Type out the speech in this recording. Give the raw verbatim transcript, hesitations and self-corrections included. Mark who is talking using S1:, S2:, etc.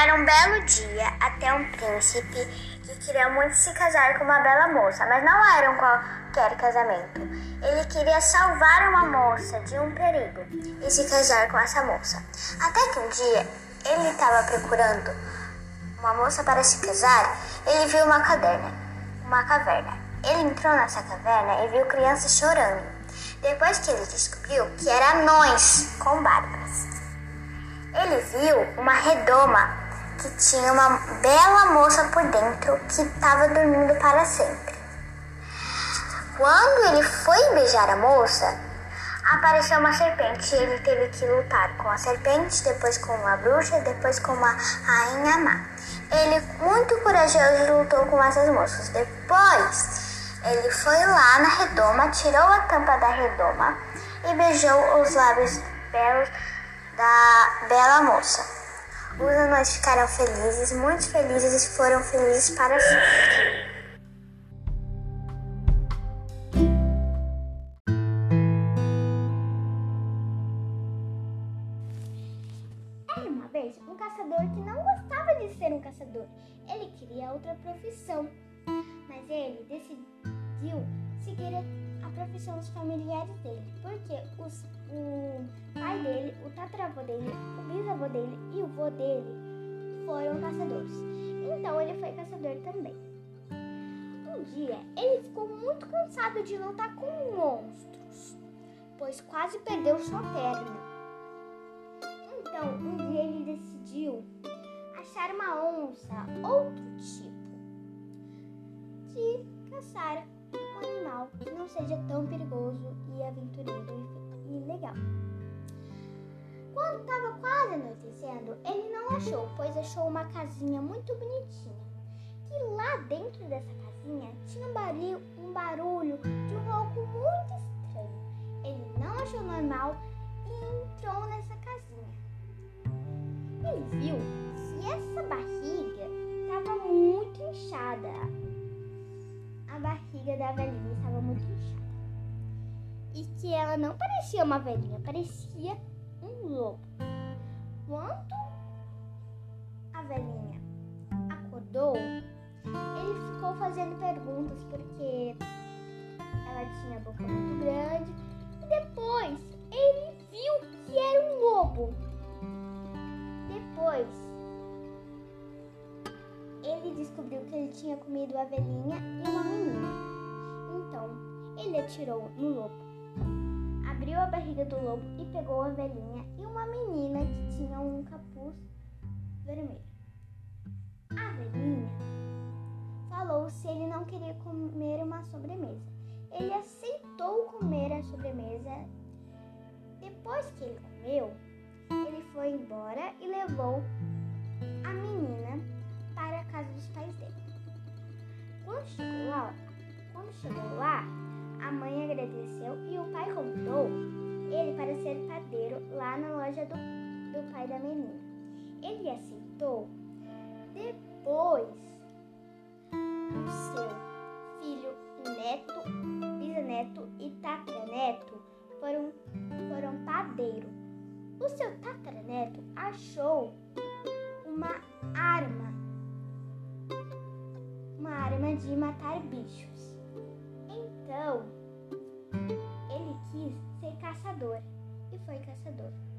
S1: Era um belo dia até um príncipe que queria muito se casar com uma bela moça, mas não era um qualquer casamento. Ele queria salvar uma moça de um perigo e se casar com essa moça. Até que um dia ele estava procurando uma moça para se casar, ele viu uma caverna, uma caverna. Ele entrou nessa caverna e viu crianças chorando. Depois que ele descobriu que eram anões com barbas. Ele viu uma redoma que tinha uma bela moça por dentro que estava dormindo para sempre. Quando ele foi beijar a moça, apareceu uma serpente e ele teve que lutar com a serpente, depois com uma bruxa, depois com uma rainha má. Ele, muito corajoso, lutou com essas moças. Depois, ele foi lá na redoma, tirou a tampa da redoma e beijou os lábios belos da bela moça. Os anões ficaram felizes, muito felizes e foram felizes para sempre.
S2: Era uma vez um caçador que não gostava de ser um caçador. Ele queria outra profissão, mas ele decidiu seguir a profissão dos familiares dele, porque os, o pai dele, o tataravô dele, o bisavô dele e o vô dele foram caçadores. Então ele foi caçador também. Um dia ele ficou muito cansado de lutar com monstros, pois quase perdeu sua perna. Então um dia ele decidiu achar uma onça, outro tipo de caçar um animal que não seja tão perigoso e aventureiro e legal. Quando estava quase anoitecendo, ele não achou, pois achou uma casinha muito bonitinha. E lá dentro dessa casinha tinha um barulho, um barulho de um ronco muito estranho. Ele não achou normal e entrou nessa casinha. Ele viu que essa barriga estava muito inchada. A barriga da velhinha estava muito inchada. E que ela não parecia uma velhinha, parecia um lobo. Quando a velhinha acordou, ele ficou fazendo perguntas porque ela tinha a boca muito grande. E depois ele viu que era um lobo. Depois ele descobriu que ele tinha comido a velhinha e uma menina. Então, ele atirou no lobo, abriu a barriga do lobo e pegou a velhinha e uma menina que tinha um capuz vermelho. A velhinha falou se ele não queria comer uma sobremesa. Ele aceitou comer a sobremesa. Depois que ele comeu, ele foi embora e levou a menina para a casa dos pais dele. Quando chegou lá, quando chegou lá, a mãe agradeceu e o pai convidou ele para ser padeiro lá na loja do, do pai da menina. Ele aceitou. Depois, o seu filho, neto, bisneto e tataraneto foram, foram padeiro. O seu tataraneto achou uma arma, uma arma de matar bichos. Então, ele quis ser caçador e foi caçador.